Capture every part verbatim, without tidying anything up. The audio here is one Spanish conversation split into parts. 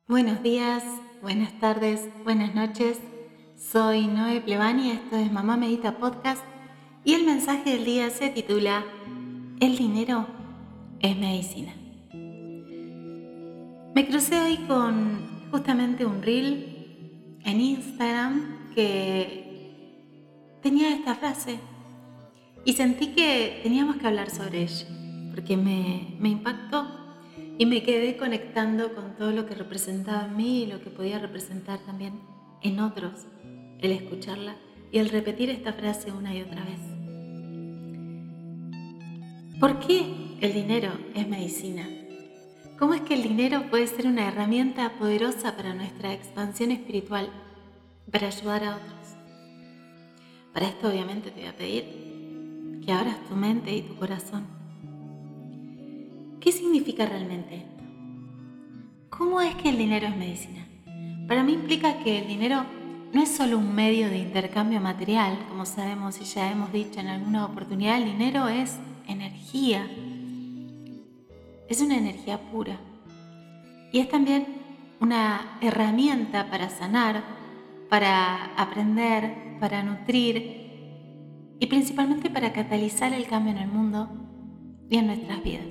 Buenos días, buenas tardes, buenas noches. Soy Noé Plevani, esto es Mamá Medita Podcast y el mensaje del día se titula El dinero es medicina. Me crucé hoy con justamente un reel en Instagram que tenía esta frase y sentí que teníamos que hablar sobre ella porque me, me impactó. Y me quedé conectando con todo lo que representaba en mí y lo que podía representar también en otros, el escucharla y el repetir esta frase una y otra vez. ¿Por qué el dinero es medicina? ¿Cómo es que el dinero puede ser una herramienta poderosa para nuestra expansión espiritual, para ayudar a otros? Para esto obviamente te voy a pedir que abras tu mente y tu corazón. ¿Qué significa realmente esto? ¿Cómo es que el dinero es medicina? Para mí implica que el dinero no es solo un medio de intercambio material, como sabemos y ya hemos dicho en alguna oportunidad, el dinero es energía, es una energía pura y es también una herramienta para sanar, para aprender, para nutrir y principalmente para catalizar el cambio en el mundo y en nuestras vidas.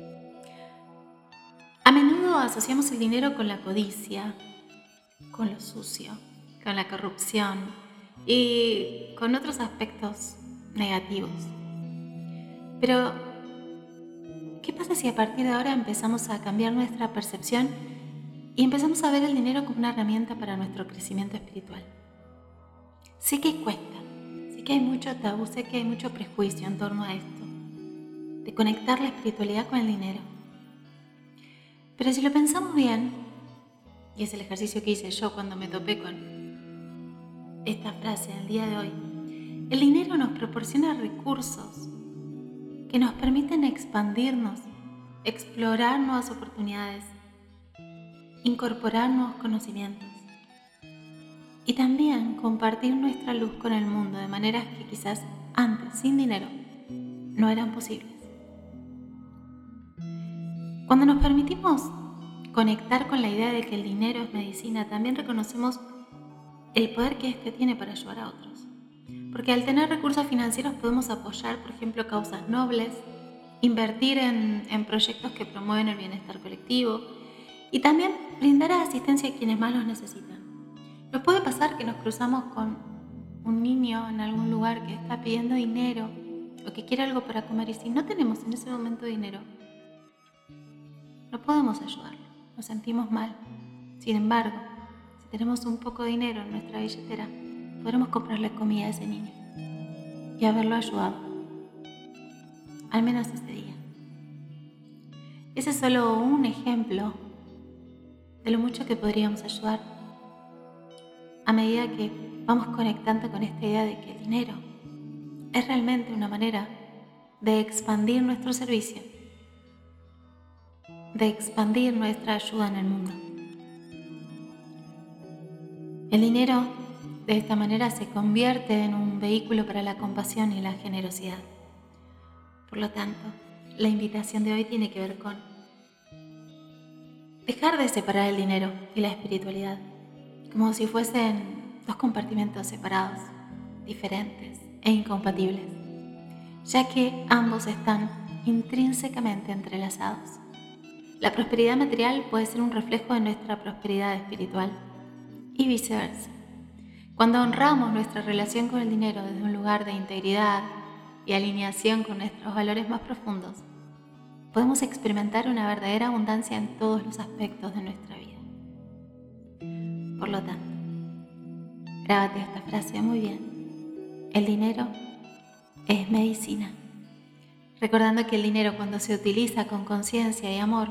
A menudo asociamos el dinero con la codicia, con lo sucio, con la corrupción y con otros aspectos negativos. Pero, ¿qué pasa si a partir de ahora empezamos a cambiar nuestra percepción y empezamos a ver el dinero como una herramienta para nuestro crecimiento espiritual? Sé que cuesta, sé que hay mucho tabú, sé que hay mucho prejuicio en torno a esto, de conectar la espiritualidad con el dinero. Pero si lo pensamos bien, y es el ejercicio que hice yo cuando me topé con esta frase el día de hoy, el dinero nos proporciona recursos que nos permiten expandirnos, explorar nuevas oportunidades, incorporar nuevos conocimientos y también compartir nuestra luz con el mundo de maneras que quizás antes, sin dinero, no eran posibles. Cuando nos permitimos conectar con la idea de que el dinero es medicina, también reconocemos el poder que éste tiene para ayudar a otros. Porque al tener recursos financieros podemos apoyar, por ejemplo, causas nobles, invertir en, en proyectos que promueven el bienestar colectivo y también brindar asistencia a quienes más los necesitan. Nos puede pasar que nos cruzamos con un niño en algún lugar que está pidiendo dinero o que quiere algo para comer y si no tenemos en ese momento dinero, no podemos ayudarlo, nos sentimos mal. Sin embargo, si tenemos un poco de dinero en nuestra billetera, podremos comprarle comida a ese niño y haberlo ayudado, al menos ese día. Ese es solo un ejemplo de lo mucho que podríamos ayudar a medida que vamos conectando con esta idea de que el dinero es realmente una manera de expandir nuestro servicio, de expandir nuestra ayuda en el mundo. El dinero de esta manera se convierte en un vehículo para la compasión y la generosidad. Por lo tanto, la invitación de hoy tiene que ver con dejar de separar el dinero y la espiritualidad, como si fuesen dos compartimentos separados, diferentes e incompatibles, ya que ambos están intrínsecamente entrelazados. La prosperidad material puede ser un reflejo de nuestra prosperidad espiritual y viceversa. Cuando honramos nuestra relación con el dinero desde un lugar de integridad y alineación con nuestros valores más profundos, podemos experimentar una verdadera abundancia en todos los aspectos de nuestra vida. Por lo tanto, grábate esta frase muy bien. El dinero es medicina. Recordando que el dinero, cuando se utiliza con conciencia y amor,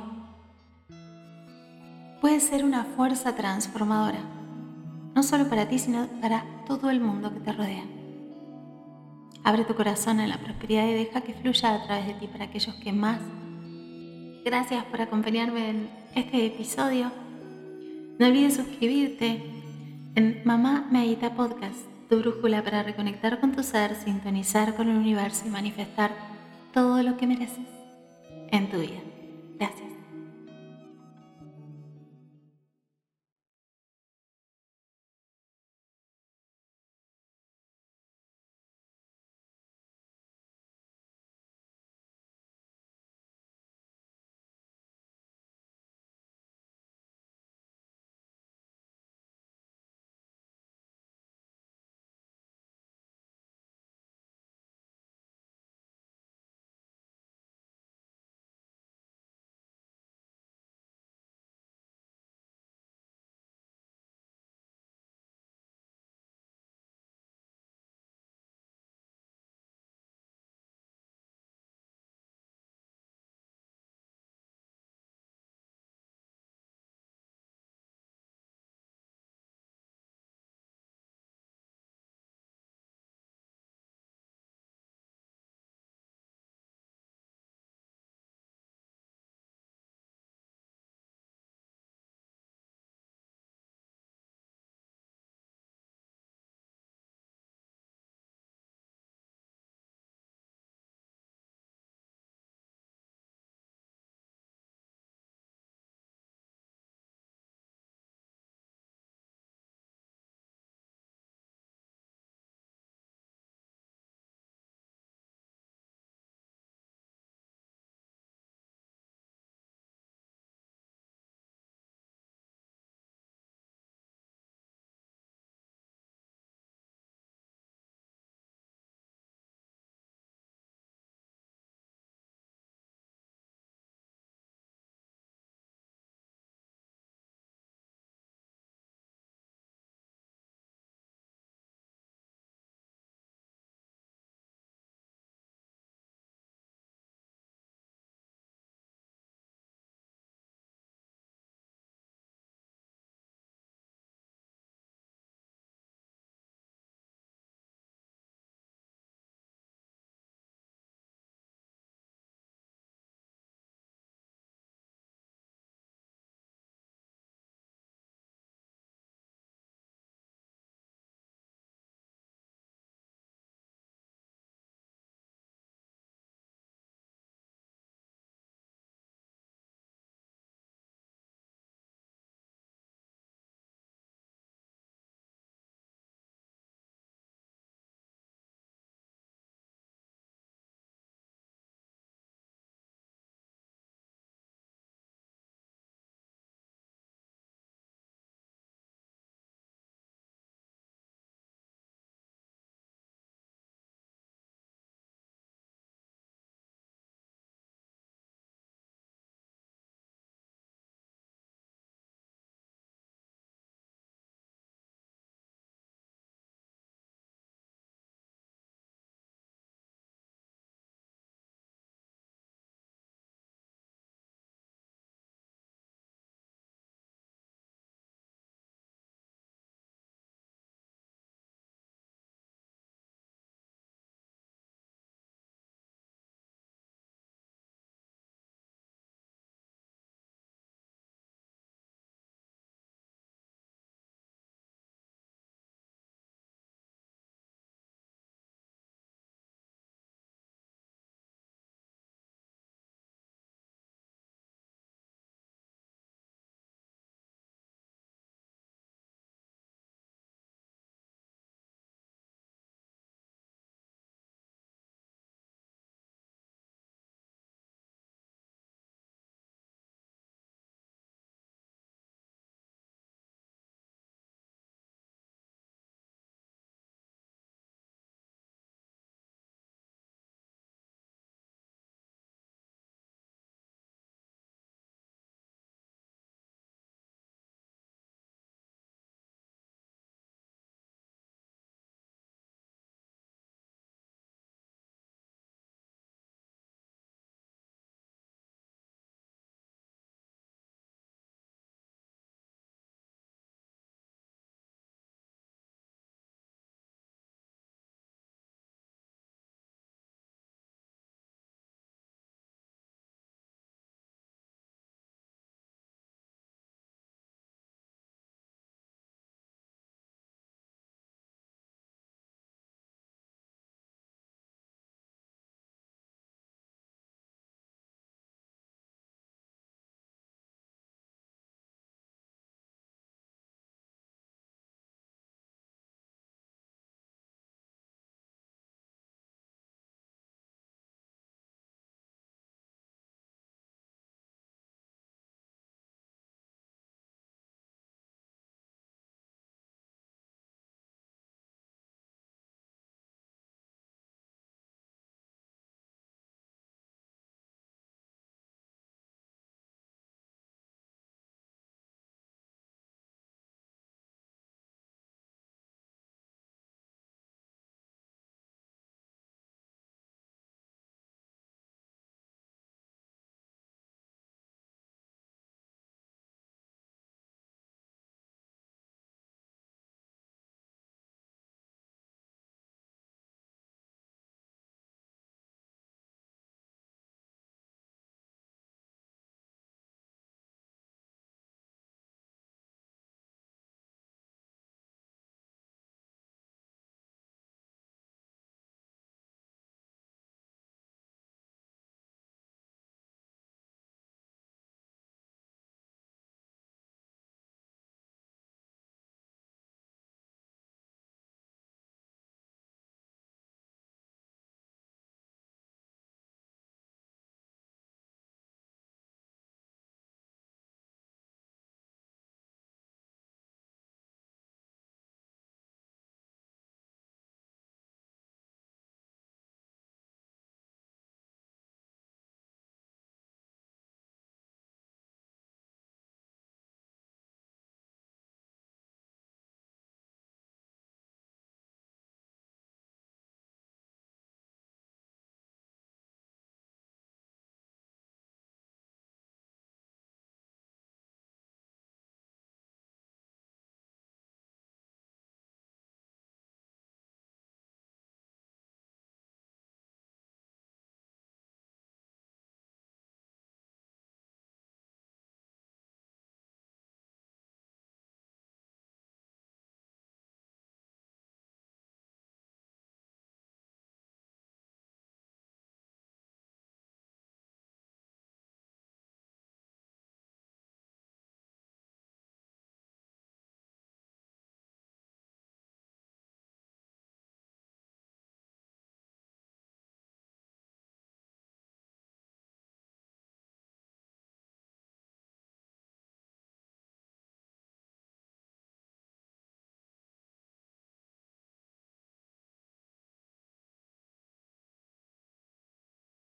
puede ser una fuerza transformadora, no solo para ti, sino para todo el mundo que te rodea. Abre tu corazón a la prosperidad y deja que fluya a través de ti para aquellos que más. Gracias por acompañarme en este episodio. No olvides suscribirte en Mamá Medita Podcast, tu brújula para reconectar con tu ser, sintonizar con el universo y manifestar todo lo que mereces en tu vida. Gracias.